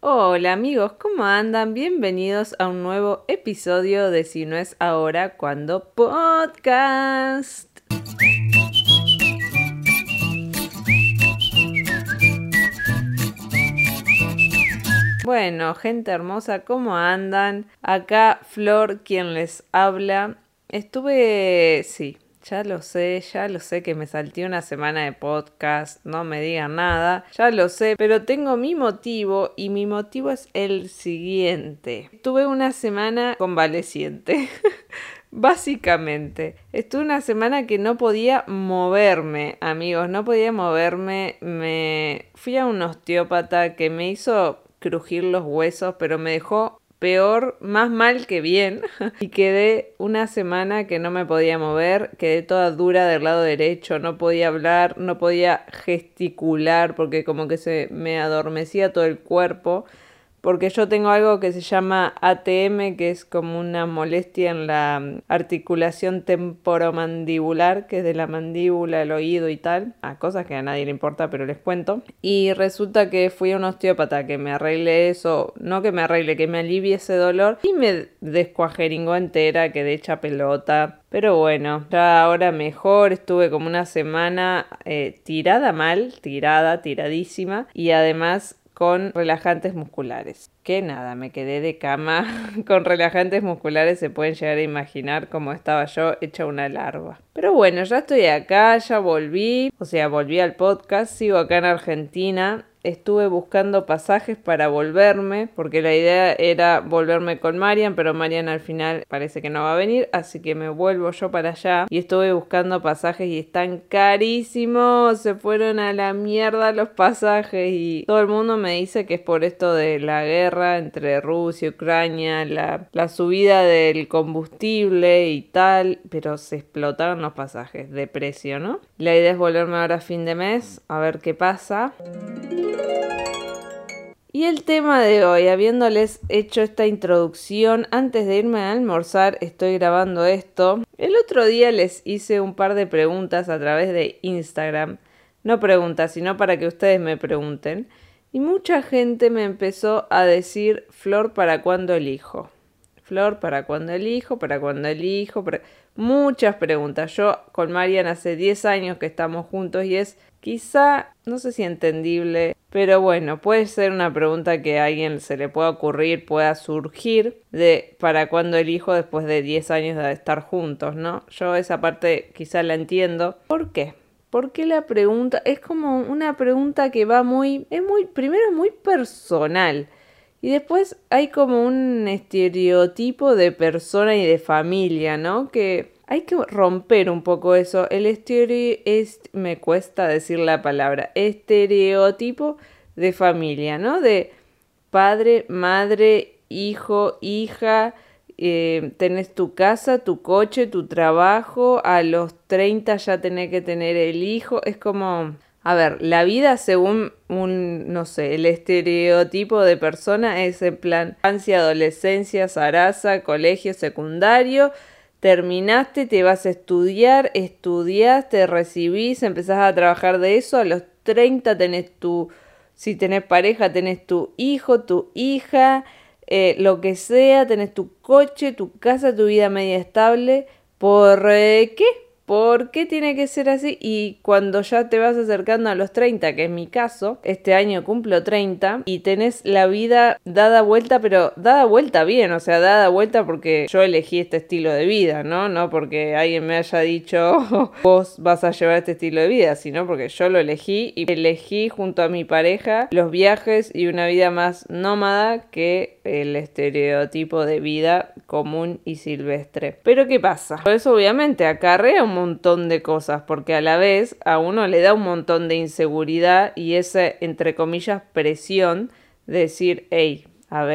Hola amigos, ¿cómo andan? Bienvenidos a un nuevo episodio de Si no es ahora, cuando podcast. Bueno, gente hermosa, ¿cómo andan? Acá Flor, quien les habla. Sí, ya lo sé que me salté una semana de podcast, no me digan nada, ya lo sé, pero tengo mi motivo y mi motivo es el siguiente. Tuve una semana convaleciente. Básicamente, estuve una semana que no podía moverme, amigos, no podía moverme. Me fui a un osteópata que me hizo crujir los huesos, pero me dejó peor, más mal que bien. Y quedé una semana que no me podía mover, quedé toda dura del lado derecho, no podía hablar, no podía gesticular porque como que se me adormecía todo el cuerpo. Porque yo tengo algo que se llama ATM, que es como una molestia en la articulación temporomandibular, que es de la mandíbula, el oído y tal. Cosas que a nadie le importa, pero les cuento. Y resulta que fui a un osteópata que me arregle eso, no que me arregle, que me alivie ese dolor. Y me descuajeringó entera, quedé hecha pelota. Pero bueno, ya ahora mejor, estuve como una semana tiradísima. Y además con relajantes musculares. Que nada, me quedé de cama con relajantes musculares, se pueden llegar a imaginar cómo estaba yo hecha una larva. Pero bueno, ya estoy acá, ya volví, volví al podcast, sigo acá en Argentina. Estuve buscando pasajes para volverme, porque la idea era volverme con Marian, pero Marian al final parece que no va a venir, así que me vuelvo yo para allá. Y estuve buscando pasajes y están carísimos, se fueron a la mierda los pasajes y todo el mundo me dice que es por esto de la guerra entre Rusia y Ucrania, la subida del combustible y tal, pero se explotaron los pasajes de precio, ¿no? La idea es volverme ahora a fin de mes, a ver qué pasa. Y el tema de hoy, habiéndoles hecho esta introducción, antes de irme a almorzar, estoy grabando esto. El otro día les hice un par de preguntas a través de Instagram. No preguntas, sino para que ustedes me pregunten. Y mucha gente me empezó a decir, Flor, ¿para cuándo elijo? Flor, ¿para cuándo elijo? ¿Para cuándo elijo? Muchas preguntas. Yo con Marian hace 10 años que estamos juntos y es quizá, no sé si entendible, pero bueno, puede ser una pregunta que a alguien se le pueda ocurrir, pueda surgir de ¿para cuándo elijo después de 10 años de estar juntos, no? Yo esa parte quizá la entiendo. ¿Por qué? Porque la pregunta es como una pregunta que va primero muy personal. Y después hay como un estereotipo de persona y de familia, ¿no? Que hay que romper un poco eso. Me cuesta decir la palabra. Estereotipo de familia, ¿no? De padre, madre, hijo, hija. Tenés tu casa, tu coche, tu trabajo. A los 30 ya tenés que tener el hijo. Es como... A ver, la vida según el estereotipo de persona es en plan infancia, adolescencia, zaraza, colegio, secundario, terminaste, te vas a estudiar, estudiás, te recibís, empezás a trabajar de eso, a los 30 si tenés pareja, tenés tu hijo, tu hija, lo que sea, tenés tu coche, tu casa, tu vida media estable. ¿Por qué? ¿Por qué tiene que ser así? Y cuando ya te vas acercando a los 30, que es mi caso, este año cumplo 30, y tenés la vida dada vuelta, pero dada vuelta bien, dada vuelta porque yo elegí este estilo de vida, ¿no? No porque alguien me haya dicho, vos vas a llevar este estilo de vida, sino porque yo lo elegí y elegí junto a mi pareja los viajes y una vida más nómada que el estereotipo de vida común y silvestre. Pero ¿qué pasa? Eso obviamente acarrea un montón de cosas, porque a la vez a uno le da un montón de inseguridad y esa, entre comillas, presión de decir, hey, a ver,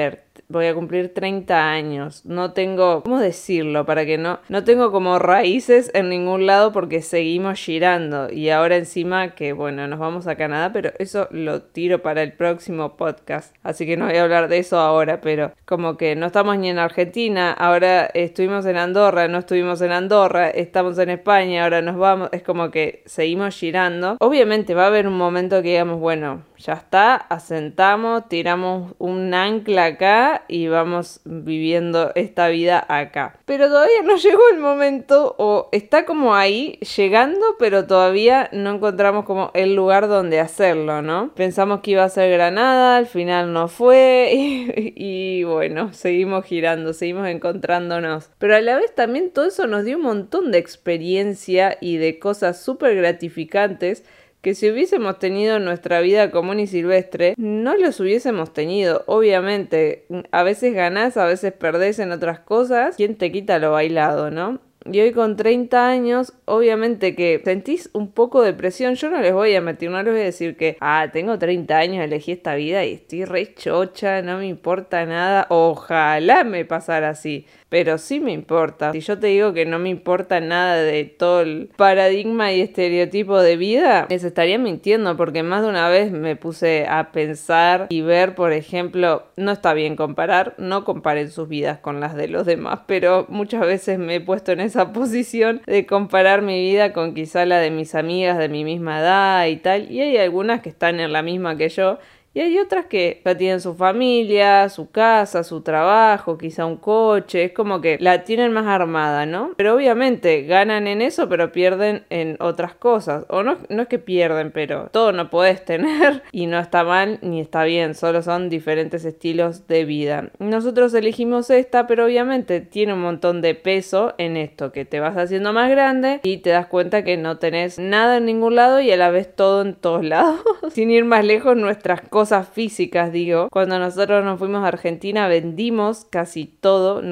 voy a cumplir 30 años. No tengo, ¿cómo decirlo? Para que no tengo como raíces en ningún lado porque seguimos girando. Y ahora encima que, bueno, nos vamos a Canadá, pero eso lo tiro para el próximo podcast. Así que no voy a hablar de eso ahora, pero como que no estamos ni en Argentina, ahora estuvimos en Andorra, no estuvimos en Andorra, estamos en España, ahora nos vamos. Es como que seguimos girando. Obviamente va a haber un momento que digamos, bueno, ya está, asentamos, tiramos un ancla acá y vamos viviendo esta vida acá. Pero todavía no llegó el momento, o está como ahí, llegando, pero todavía no encontramos como el lugar donde hacerlo, ¿no? Pensamos que iba a ser Granada, al final no fue y bueno, seguimos girando, seguimos encontrándonos. Pero a la vez también todo eso nos dio un montón de experiencia y de cosas súper gratificantes que si hubiésemos tenido nuestra vida común y silvestre, no los hubiésemos tenido. Obviamente, a veces ganás, a veces perdés en otras cosas. ¿Quién te quita lo bailado, no? Y hoy con 30 años, obviamente que sentís un poco de presión. Yo no les voy a meter, no les voy a decir que, tengo 30 años, elegí esta vida y estoy re chocha, no me importa nada. Ojalá me pasara así, pero sí me importa. Si yo te digo que no me importa nada de todo el paradigma y estereotipo de vida, les estaría mintiendo, porque más de una vez me puse a pensar y ver, por ejemplo, no está bien comparar, no comparen sus vidas con las de los demás, pero muchas veces me he puesto en esa posición de comparar mi vida con quizá la de mis amigas de mi misma edad y tal, y hay algunas que están en la misma que yo, y hay otras que ya tienen su familia, su casa, su trabajo, quizá un coche, es como que la tienen más armada, ¿no? Pero obviamente ganan en eso, pero pierden en otras cosas. O no es que pierden, pero todo no podés tener y no está mal ni está bien, solo son diferentes estilos de vida. Nosotros elegimos esta, pero obviamente tiene un montón de peso en esto, que te vas haciendo más grande y te das cuenta que no tenés nada en ningún lado y a la vez todo en todos lados. Sin ir más lejos, nuestras cosas físicas, digo. Cuando nosotros nos fuimos a Argentina vendimos casi todo,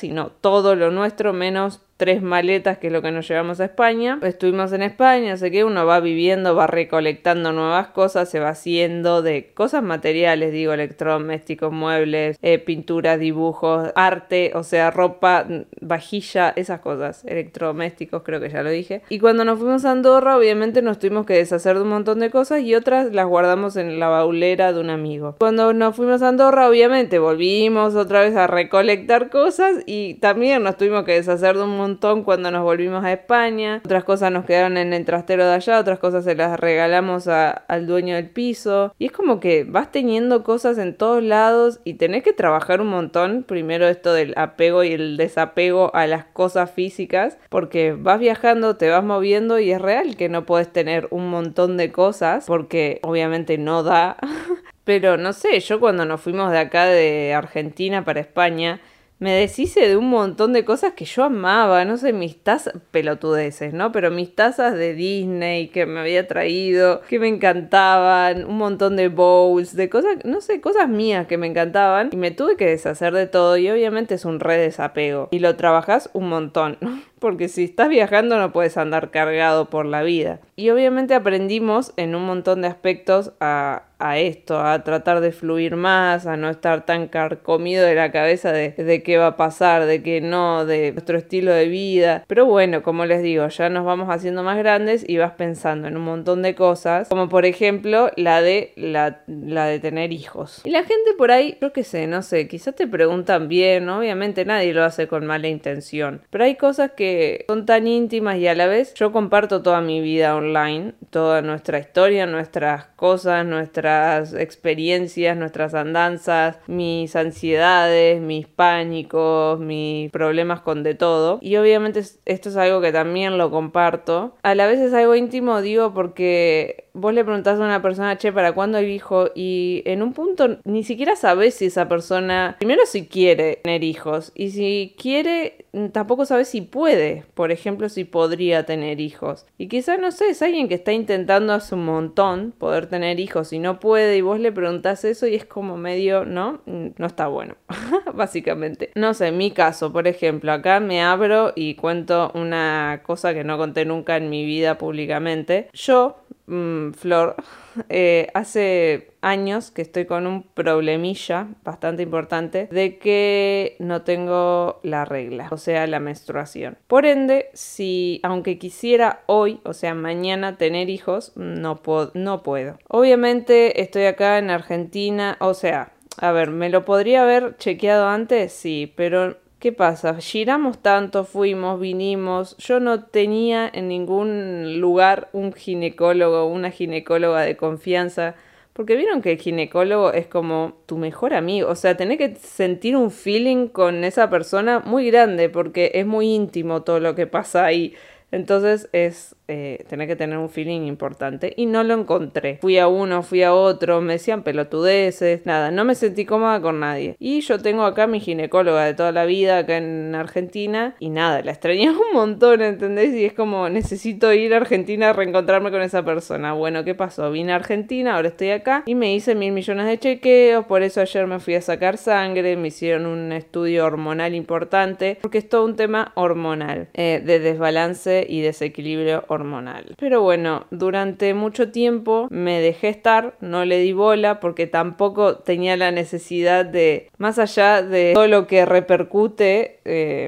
todo lo nuestro menos 3 maletas, que es lo que nos llevamos a España. Estuvimos en España, no sé qué, uno va viviendo, va recolectando nuevas cosas, se va haciendo de cosas materiales, digo, electrodomésticos, muebles, pinturas, dibujos, arte, o sea, ropa, vajilla, esas cosas, electrodomésticos, creo que ya lo dije. Y cuando nos fuimos a Andorra, obviamente nos tuvimos que deshacer de un montón de cosas y otras las guardamos en la baulera de un amigo. Cuando nos fuimos a Andorra, obviamente volvimos otra vez a recolectar cosas y también nos tuvimos que deshacer de un montón cuando nos volvimos a España. Otras cosas nos quedaron en el trastero de allá, otras cosas se las regalamos al dueño del piso. Y es como que vas teniendo cosas en todos lados y tenés que trabajar un montón. Primero esto del apego y el desapego a las cosas físicas, porque vas viajando, te vas moviendo y es real que no podés tener un montón de cosas, porque obviamente no da. Pero no sé, yo cuando nos fuimos de acá de Argentina para España, me deshice de un montón de cosas que yo amaba, no sé, mis tazas, pelotudeces, ¿no? Pero mis tazas de Disney que me había traído, que me encantaban, un montón de bowls, de cosas, no sé, cosas mías que me encantaban. Y me tuve que deshacer de todo y obviamente es un re desapego. Y lo trabajás un montón, ¿no? Porque si estás viajando no puedes andar cargado por la vida. Y obviamente aprendimos en un montón de aspectos a esto, a tratar de fluir más, a no estar tan carcomido de la cabeza de qué va a pasar, de que no, de nuestro estilo de vida. Pero bueno, como les digo, ya nos vamos haciendo más grandes y vas pensando en un montón de cosas, como por ejemplo la de tener hijos. Y la gente por ahí, yo qué sé, no sé, quizás te preguntan bien, ¿no? Obviamente nadie lo hace con mala intención, pero hay cosas que son tan íntimas y a la vez yo comparto toda mi vida online, toda nuestra historia, nuestras cosas, nuestras experiencias, nuestras andanzas, mis ansiedades, mis pánicos, mis problemas con de todo. Y obviamente esto es algo que también lo comparto. A la vez es algo íntimo, digo, porque vos le preguntás a una persona, che, ¿para cuándo el hijo? Y en un punto ni siquiera sabés si esa persona, primero si quiere tener hijos, y si quiere, tampoco sabés si puede, por ejemplo, si podría tener hijos. Y quizás, no sé, es alguien que está intentando hace un montón poder tener hijos y no puede, y vos le preguntás eso y es como medio, ¿no? No está bueno, básicamente. No sé, en mi caso, por ejemplo, acá me abro y cuento una cosa que no conté nunca en mi vida públicamente. Yo Flor, hace años que estoy con un problemilla bastante importante de que no tengo la regla, o sea, la menstruación. Por ende, si aunque quisiera hoy, o sea, mañana tener hijos, no puedo. Obviamente estoy acá en Argentina, o sea, a ver, ¿me lo podría haber chequeado antes? Sí, pero ¿qué pasa? Giramos tanto, fuimos, vinimos. Yo no tenía en ningún lugar un ginecólogo, una ginecóloga de confianza. Porque vieron que el ginecólogo es como tu mejor amigo. O sea, tenés que sentir un feeling con esa persona muy grande porque es muy íntimo todo lo que pasa ahí. Entonces tenés que tener un feeling importante y no lo encontré. Fui a uno, fui a otro, me decían pelotudeces, nada, no me sentí cómoda con nadie. Y yo tengo acá mi ginecóloga de toda la vida acá en Argentina y nada, la extrañé un montón, ¿entendés? Y es como necesito ir a Argentina a reencontrarme con esa persona. Bueno, ¿qué pasó? Vine a Argentina, ahora estoy acá y me hice 1.000 millones de chequeos, por eso ayer me fui a sacar sangre, me hicieron un estudio hormonal importante, porque es todo un tema hormonal, de desbalance y desequilibrio hormonal. Pero bueno, durante mucho tiempo me dejé estar, no le di bola porque tampoco tenía la necesidad de, más allá de todo lo que repercute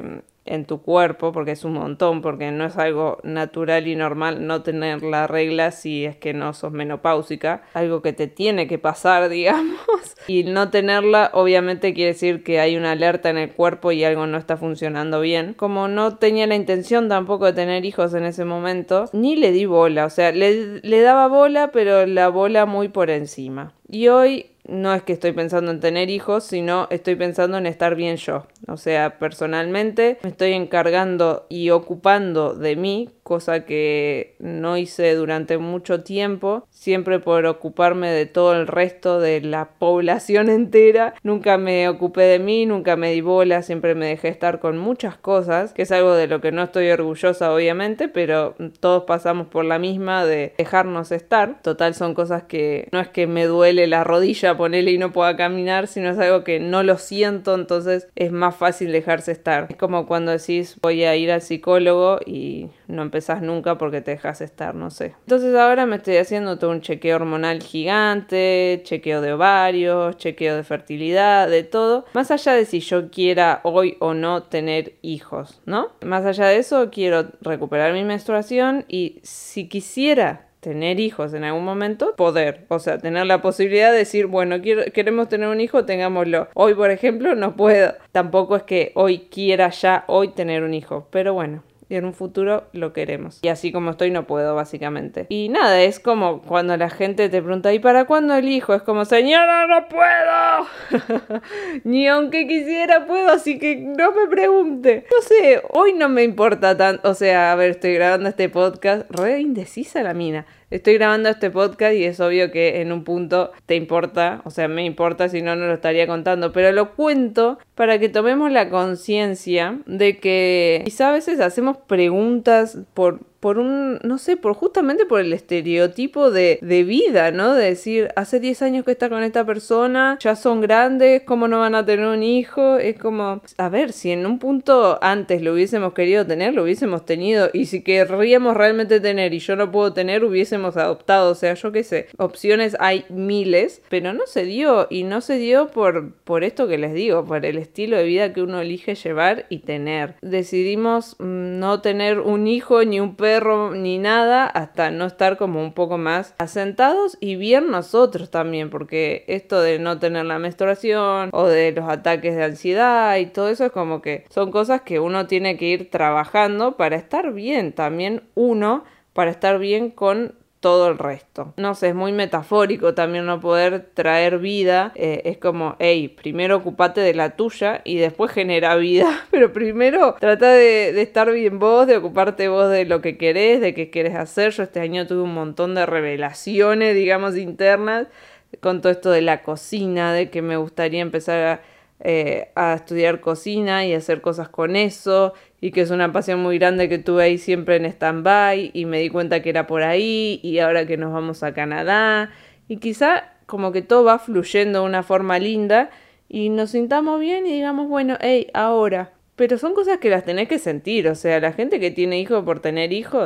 en tu cuerpo, porque es un montón, porque no es algo natural y normal no tener la regla si es que no sos menopáusica, algo que te tiene que pasar, digamos, y no tenerla obviamente quiere decir que hay una alerta en el cuerpo y algo no está funcionando bien. Como no tenía la intención tampoco de tener hijos en ese momento, ni le di bola, o sea, le daba bola, pero la bola muy por encima. Y hoy no es que estoy pensando en tener hijos, sino estoy pensando en estar bien yo. O sea, personalmente me estoy encargando y ocupando de mí, cosa que no hice durante mucho tiempo, siempre por ocuparme de todo el resto de la población entera. Nunca me ocupé de mí, nunca me di bola, siempre me dejé estar con muchas cosas, que es algo de lo que no estoy orgullosa obviamente, pero todos pasamos por la misma de dejarnos estar. Total, son cosas que no es que me duele la rodilla, ponele y no pueda caminar, sino es algo que no lo siento, entonces es más fácil dejarse estar. Es como cuando decís voy a ir al psicólogo y no empezás nunca porque te dejas estar, no sé. Entonces ahora me estoy haciendo todo un chequeo hormonal gigante, chequeo de ovarios, chequeo de fertilidad, de todo. Más allá de si yo quiera hoy o no tener hijos, ¿no? Más allá de eso quiero recuperar mi menstruación y si quisiera tener hijos en algún momento, poder, o sea, tener la posibilidad de decir, bueno, queremos tener un hijo, tengámoslo. Hoy, por ejemplo, no puedo. Tampoco es que hoy quiera ya hoy tener un hijo, pero bueno. Y en un futuro lo queremos. Y así como estoy no puedo, básicamente. Y nada, es como cuando la gente te pregunta ¿y para cuándo el hijo? Es como, señora, no puedo. Ni aunque quisiera puedo, así que no me pregunte. No sé, hoy no me importa tanto. O sea, a ver, estoy grabando este podcast. Re indecisa la mina. Estoy grabando este podcast y es obvio que en un punto te importa, o sea, me importa, si no, no lo estaría contando, pero lo cuento para que tomemos la conciencia de que quizá a veces hacemos preguntas por un, no sé, justamente por el estereotipo de vida, ¿no? De decir, hace 10 años que está con esta persona, ya son grandes, ¿cómo no van a tener un hijo? Es como, a ver, si en un punto antes lo hubiésemos querido tener, lo hubiésemos tenido, y si querríamos realmente tener y yo no puedo tener, hubiésemos adoptado, o sea, yo qué sé, opciones hay miles, pero no se dio, y no se dio por esto que les digo, por el estilo de vida que uno elige llevar y tener. Decidimos no tener un hijo ni un perro ni nada hasta no estar como un poco más asentados y bien nosotros también, porque esto de no tener la menstruación o de los ataques de ansiedad y todo eso es como que son cosas que uno tiene que ir trabajando para estar bien también uno, para estar bien con todo el resto. No sé, es muy metafórico también no poder traer vida. Es como, hey, primero ocupate de la tuya y después genera vida. Pero primero trata de estar bien vos, de ocuparte vos de lo que querés, de qué querés hacer. Yo este año tuve un montón de revelaciones, digamos, internas con todo esto de la cocina, de que me gustaría empezar a estudiar cocina y hacer cosas con eso, y que es una pasión muy grande que tuve ahí siempre en stand-by y me di cuenta que era por ahí y ahora que nos vamos a Canadá y quizá como que todo va fluyendo de una forma linda y nos sintamos bien y digamos, bueno, hey, ahora. Pero son cosas que las tenés que sentir, o sea, la gente que tiene hijos por tener hijos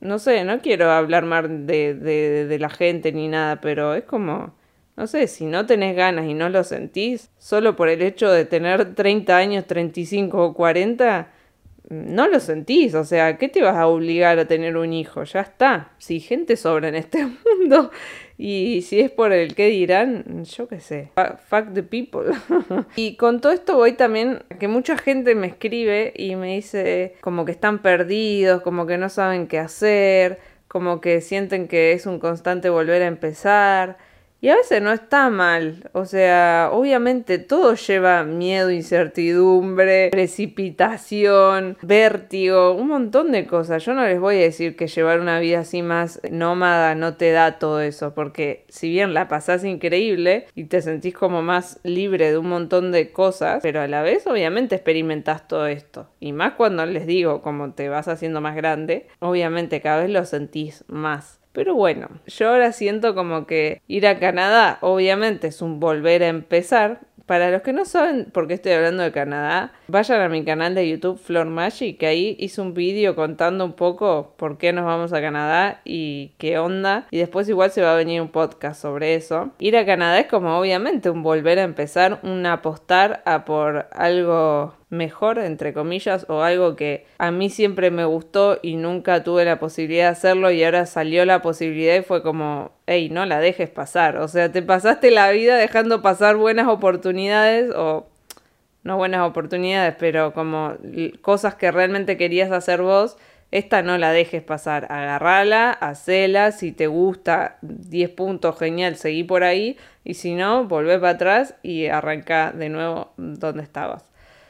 no sé, no quiero hablar mal de la gente ni nada, pero es como, no sé, si no tenés ganas y no lo sentís, solo por el hecho de tener 30 años, 35 o 40, no lo sentís, o sea, ¿qué te vas a obligar a tener un hijo? Ya está, si gente sobra en este mundo y si es por el qué dirán, yo qué sé, fuck the people. Y con todo esto voy también, que mucha gente me escribe y me dice como que están perdidos, como que no saben qué hacer, como que sienten que es un constante volver a empezar. Y a veces no está mal, o sea, obviamente todo lleva miedo, incertidumbre, precipitación, vértigo, un montón de cosas. Yo no les voy a decir que llevar una vida así más nómada no te da todo eso, porque si bien la pasás increíble y te sentís como más libre de un montón de cosas, pero a la vez obviamente experimentás todo esto. Y más cuando les digo, como te vas haciendo más grande, obviamente cada vez lo sentís más. Pero bueno, yo ahora siento como que ir a Canadá obviamente es un volver a empezar. Para los que no saben por qué estoy hablando de Canadá, vayan a mi canal de YouTube Flor Magic, que ahí hice un vídeo contando un poco por qué nos vamos a Canadá y qué onda. Y después igual se va a venir un podcast sobre eso. Ir a Canadá es como obviamente un volver a empezar, un apostar a por algo mejor, entre comillas, o algo que a mí siempre me gustó y nunca tuve la posibilidad de hacerlo y ahora salió la posibilidad y fue como, hey, no la dejes pasar. O sea, te pasaste la vida dejando pasar buenas oportunidades o no buenas oportunidades, pero como cosas que realmente querías hacer vos. Esta no la dejes pasar, agarrala, hacela, si te gusta 10 puntos, genial, seguí por ahí y si no, volvé para atrás y arrancá de nuevo donde estabas.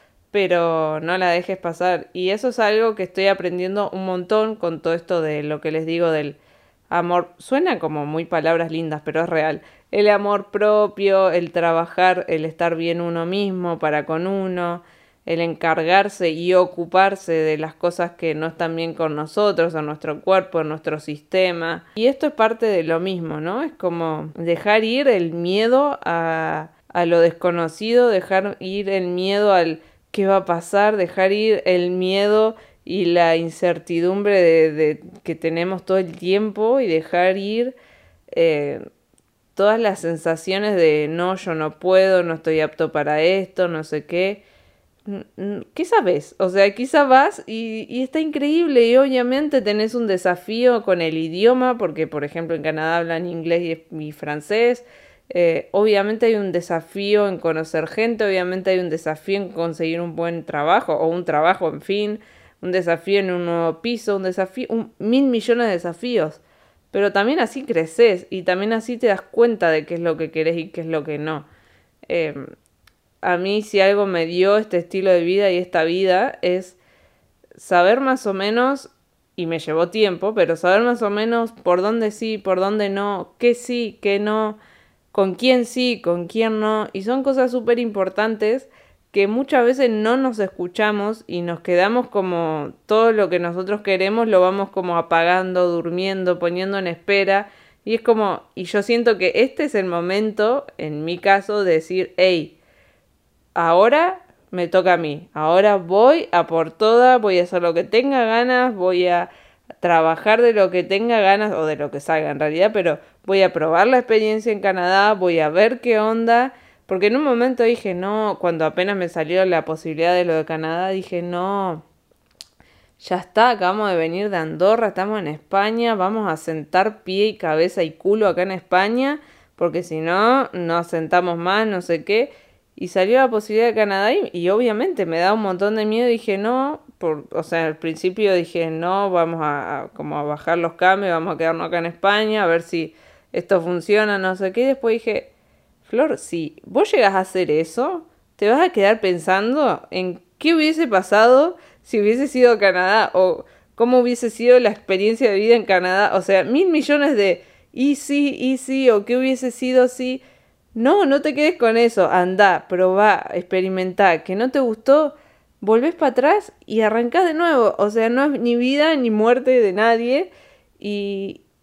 Pero no la dejes pasar. Y eso es algo que estoy aprendiendo un montón con todo esto de lo que les digo del amor. Suena como muy palabras lindas, pero es real. El amor propio, el trabajar, el estar bien uno mismo para con uno, el encargarse y ocuparse de las cosas que no están bien con nosotros, en nuestro cuerpo, en nuestro sistema. Y esto es parte de lo mismo, ¿no? Es como dejar ir el miedo a lo desconocido, dejar ir el miedo al qué va a pasar, dejar ir el miedo y la incertidumbre de que tenemos todo el tiempo y dejar ir todas las sensaciones de no, yo no puedo, no estoy apto para esto, no sé qué. ¿Qué sabes? O sea, quizá vas y está increíble y obviamente tenés un desafío con el idioma porque, por ejemplo, en Canadá hablan inglés y francés. Obviamente hay un desafío en conocer gente, obviamente hay un desafío en conseguir un buen trabajo o un trabajo, en fin, un desafío en un nuevo piso, un desafío, 1.000 millones de desafíos. Pero también así creces y también así te das cuenta de qué es lo que querés y qué es lo que no. A mí si algo me dio este estilo de vida y esta vida es saber más o menos, y me llevó tiempo, pero saber más o menos por dónde sí, por dónde no, qué sí, qué no, con quién sí, con quién no. Y son cosas súper importantes que muchas veces no nos escuchamos y nos quedamos como todo lo que nosotros queremos lo vamos como apagando, durmiendo, poniendo en espera. Y es como, y yo siento que este es el momento, en mi caso, de decir, hey, ahora me toca a mí, ahora voy a por todas, voy a hacer lo que tenga ganas, voy a trabajar de lo que tenga ganas o de lo que salga en realidad, pero voy a probar la experiencia en Canadá, voy a ver qué onda, porque en un momento dije no, cuando apenas me salió la posibilidad de lo de Canadá, dije no, ya está, acabamos de venir de Andorra, estamos en España, vamos a sentar pie y cabeza y culo acá en España, porque si no, no sentamos más, no sé qué. Y salió la posibilidad de Canadá y obviamente me da un montón de miedo. Dije no, o sea, al principio dije no, vamos como a bajar los cambios, vamos a quedarnos acá en España, a ver si esto funciona, no sé qué. Y después dije, Flor, si vos llegas a hacer eso, te vas a quedar pensando en qué hubiese pasado si hubiese sido Canadá o cómo hubiese sido la experiencia de vida en Canadá. O sea, 1.000 millones de y sí, o qué hubiese sido si... No, no te quedes con eso, andá, probá, experimentá, que no te gustó, volvés para atrás y arrancás de nuevo, o sea, no es ni vida ni muerte de nadie y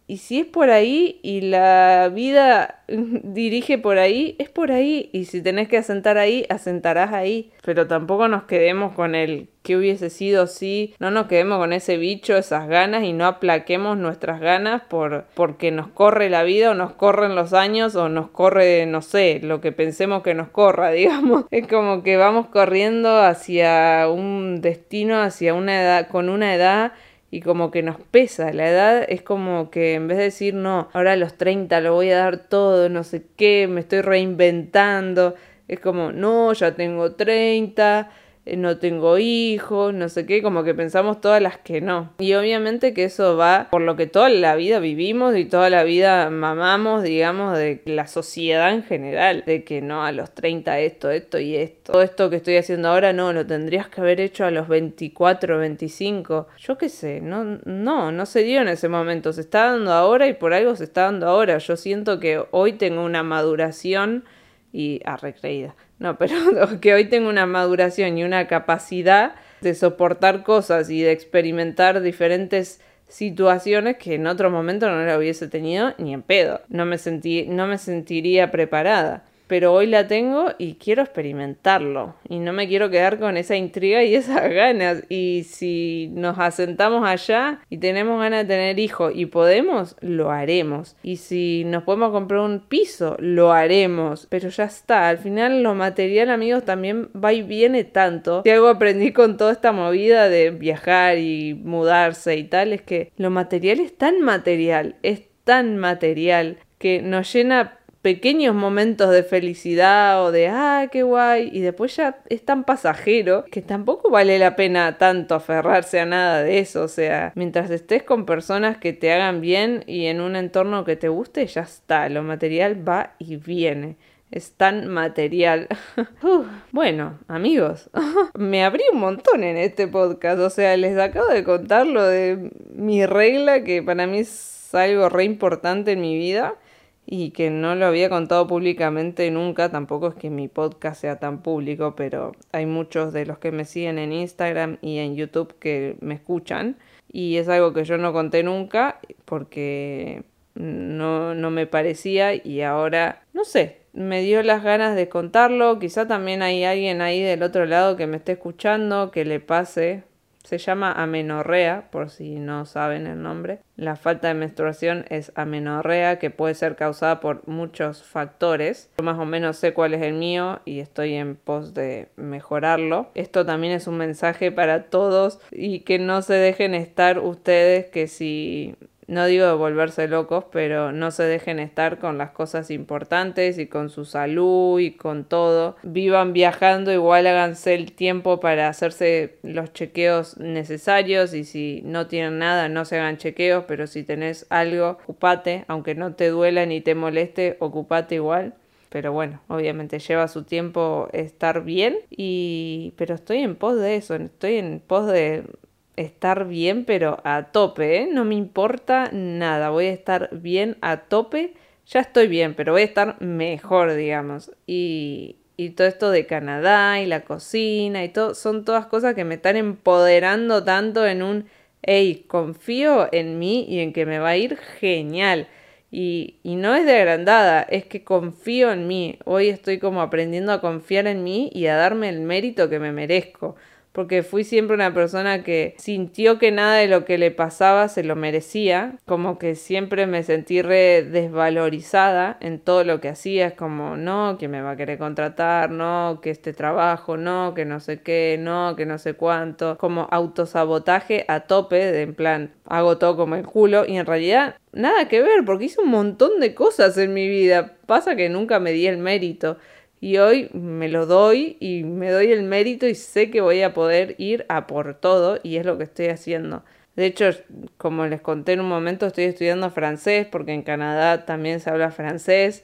Y si es por ahí y la vida dirige por ahí, es por ahí. Y si tenés que asentar ahí, asentarás ahí. Pero tampoco nos quedemos con el que hubiese sido si. No nos quedemos con ese bicho, esas ganas, y no aplaquemos nuestras ganas porque nos corre la vida o nos corren los años o nos corre, no sé, lo que pensemos que nos corra, digamos. Es como que vamos corriendo hacia un destino, hacia una edad, con una edad. Y como que nos pesa, la edad es como que en vez de decir no, ahora a los 30 lo voy a dar todo, no sé qué, me estoy reinventando, es como no, ya tengo 30, no tengo hijos, no sé qué, como que pensamos todas las que no. Y obviamente que eso va por lo que toda la vida vivimos y toda la vida mamamos, digamos, de la sociedad en general, de que no, a los 30 esto y esto. Todo esto que estoy haciendo ahora no, lo tendrías que haber hecho a los 24, 25. Yo qué sé, no se dio en ese momento, se está dando ahora y por algo se está dando ahora. Yo siento que hoy tengo una maduración y recreída. No, pero que hoy tengo una maduración y una capacidad de soportar cosas y de experimentar diferentes situaciones que en otro momento no la hubiese tenido ni en pedo. No me sentiría preparada. Pero hoy la tengo y quiero experimentarlo. Y no me quiero quedar con esa intriga y esas ganas. Y si nos asentamos allá y tenemos ganas de tener hijos y podemos, lo haremos. Y si nos podemos comprar un piso, lo haremos. Pero ya está. Al final lo material, amigos, también va y viene tanto. Si algo aprendí con toda esta movida de viajar y mudarse y tal, es que lo material es tan material que nos llena pequeños momentos de felicidad o de qué guay, y después ya es tan pasajero que tampoco vale la pena tanto aferrarse a nada de eso. O sea, mientras estés con personas que te hagan bien y en un entorno que te guste, ya está, lo material va y viene. Es tan material. Bueno, amigos, me abrí un montón en este podcast. O sea, les acabo de contar lo de mi regla, que para mí es algo re importante en mi vida y que no lo había contado públicamente nunca. Tampoco es que mi podcast sea tan público, pero hay muchos de los que me siguen en Instagram y en YouTube que me escuchan. Y es algo que yo no conté nunca porque no me parecía, y ahora, no sé, me dio las ganas de contarlo. Quizá también hay alguien ahí del otro lado que me esté escuchando, que le pase. Se llama amenorrea, por si no saben el nombre. La falta de menstruación es amenorrea, que puede ser causada por muchos factores. Yo más o menos sé cuál es el mío y estoy en pos de mejorarlo. Esto también es un mensaje para todos, y que no se dejen estar ustedes, que si... No digo de volverse locos, pero no se dejen estar con las cosas importantes y con su salud y con todo. Vivan viajando, igual háganse el tiempo para hacerse los chequeos necesarios, y si no tienen nada, no se hagan chequeos, pero si tenés algo, ocupate, aunque no te duela ni te moleste, ocupate igual. Pero bueno, obviamente lleva su tiempo estar bien, pero estoy en pos de eso, estoy en pos de estar bien, pero a tope, ¿eh? No me importa nada, voy a estar bien a tope. Ya estoy bien, pero voy a estar mejor, digamos. Y todo esto de Canadá y la cocina y todo, son todas cosas que me están empoderando tanto en un, hey, confío en mí y en que me va a ir genial. Y no es de agrandada, es que confío en mí. Hoy estoy como aprendiendo a confiar en mí y a darme el mérito que me merezco. Porque fui siempre una persona que sintió que nada de lo que le pasaba se lo merecía. Como que siempre me sentí re desvalorizada en todo lo que hacía. Es como, no, que me va a querer contratar, no, que este trabajo, no, que no sé qué, no, que no sé cuánto. Como autosabotaje a tope, de en plan, hago todo como el culo. Y en realidad, nada que ver, porque hice un montón de cosas en mi vida. Pasa que nunca me di el mérito. Y hoy me lo doy y me doy el mérito y sé que voy a poder ir a por todo, y es lo que estoy haciendo. De hecho, como les conté en un momento, estoy estudiando francés porque en Canadá también se habla francés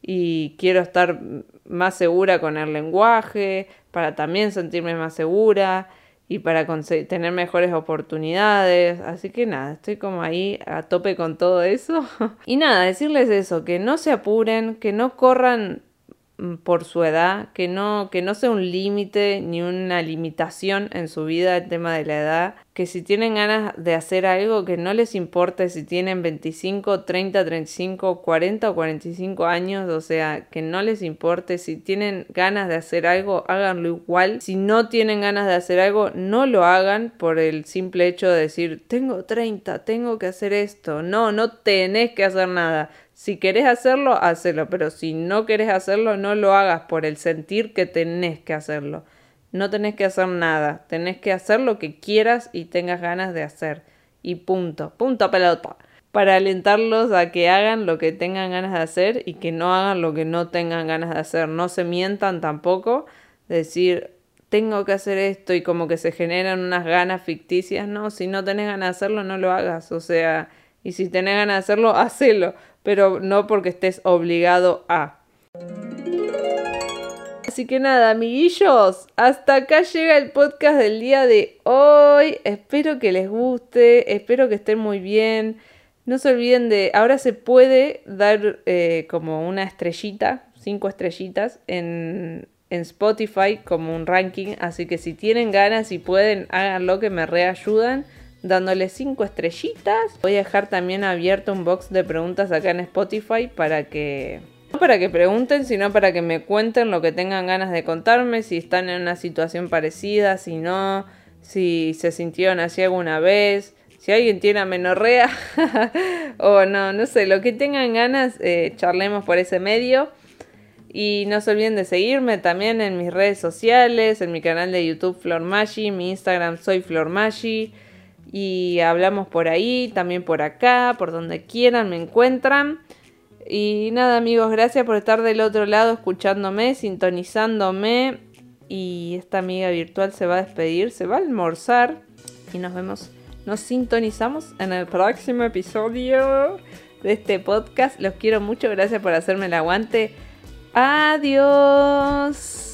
y quiero estar más segura con el lenguaje para también sentirme más segura y para tener mejores oportunidades. Así que nada, estoy como ahí a tope con todo eso. Y nada, decirles eso, que no se apuren, que no corran por su edad, que no sea un límite ni una limitación en su vida el tema de la edad, que si tienen ganas de hacer algo, que no les importe si tienen 25, 30, 35, 40 o 45 años, o sea, que no les importe. Si tienen ganas de hacer algo, háganlo igual. Si no tienen ganas de hacer algo, no lo hagan por el simple hecho de decir, tengo 30, tengo que hacer esto. No tenés que hacer nada. Si querés hacerlo, hacelo, pero si no querés hacerlo, no lo hagas por el sentir que tenés que hacerlo. No tenés que hacer nada, tenés que hacer lo que quieras y tengas ganas de hacer. Y punto, punto pelota. Para alentarlos a que hagan lo que tengan ganas de hacer y que no hagan lo que no tengan ganas de hacer. No se mientan tampoco, decir, tengo que hacer esto y como que se generan unas ganas ficticias. No, si no tenés ganas de hacerlo, no lo hagas. O sea, y si tenés ganas de hacerlo, hacelo, pero no porque estés obligado a. Así que nada, amiguillos, hasta acá llega el podcast del día de hoy. Espero que les guste, espero que estén muy bien. No se olviden de, ahora se puede dar como una estrellita, 5 estrellitas en Spotify como un ranking. Así que si tienen ganas y pueden, háganlo, que me reayudan dándole 5 estrellitas. Voy a dejar también abierto un box de preguntas acá en Spotify para que... No para que pregunten, sino para que me cuenten lo que tengan ganas de contarme, si están en una situación parecida, si no, si se sintieron así alguna vez, si alguien tiene amenorrea o no sé, lo que tengan ganas, charlemos por ese medio. Y no se olviden de seguirme también en mis redes sociales, en mi canal de YouTube Flormaggi, mi Instagram soy Flormaggi, y hablamos por ahí, también por acá, por donde quieran me encuentran. Y nada, amigos, gracias por estar del otro lado escuchándome, sintonizándome. Y esta amiga virtual se va a despedir, se va a almorzar. Y nos vemos, nos sintonizamos en el próximo episodio de este podcast. Los quiero mucho, gracias por hacerme el aguante. Adiós.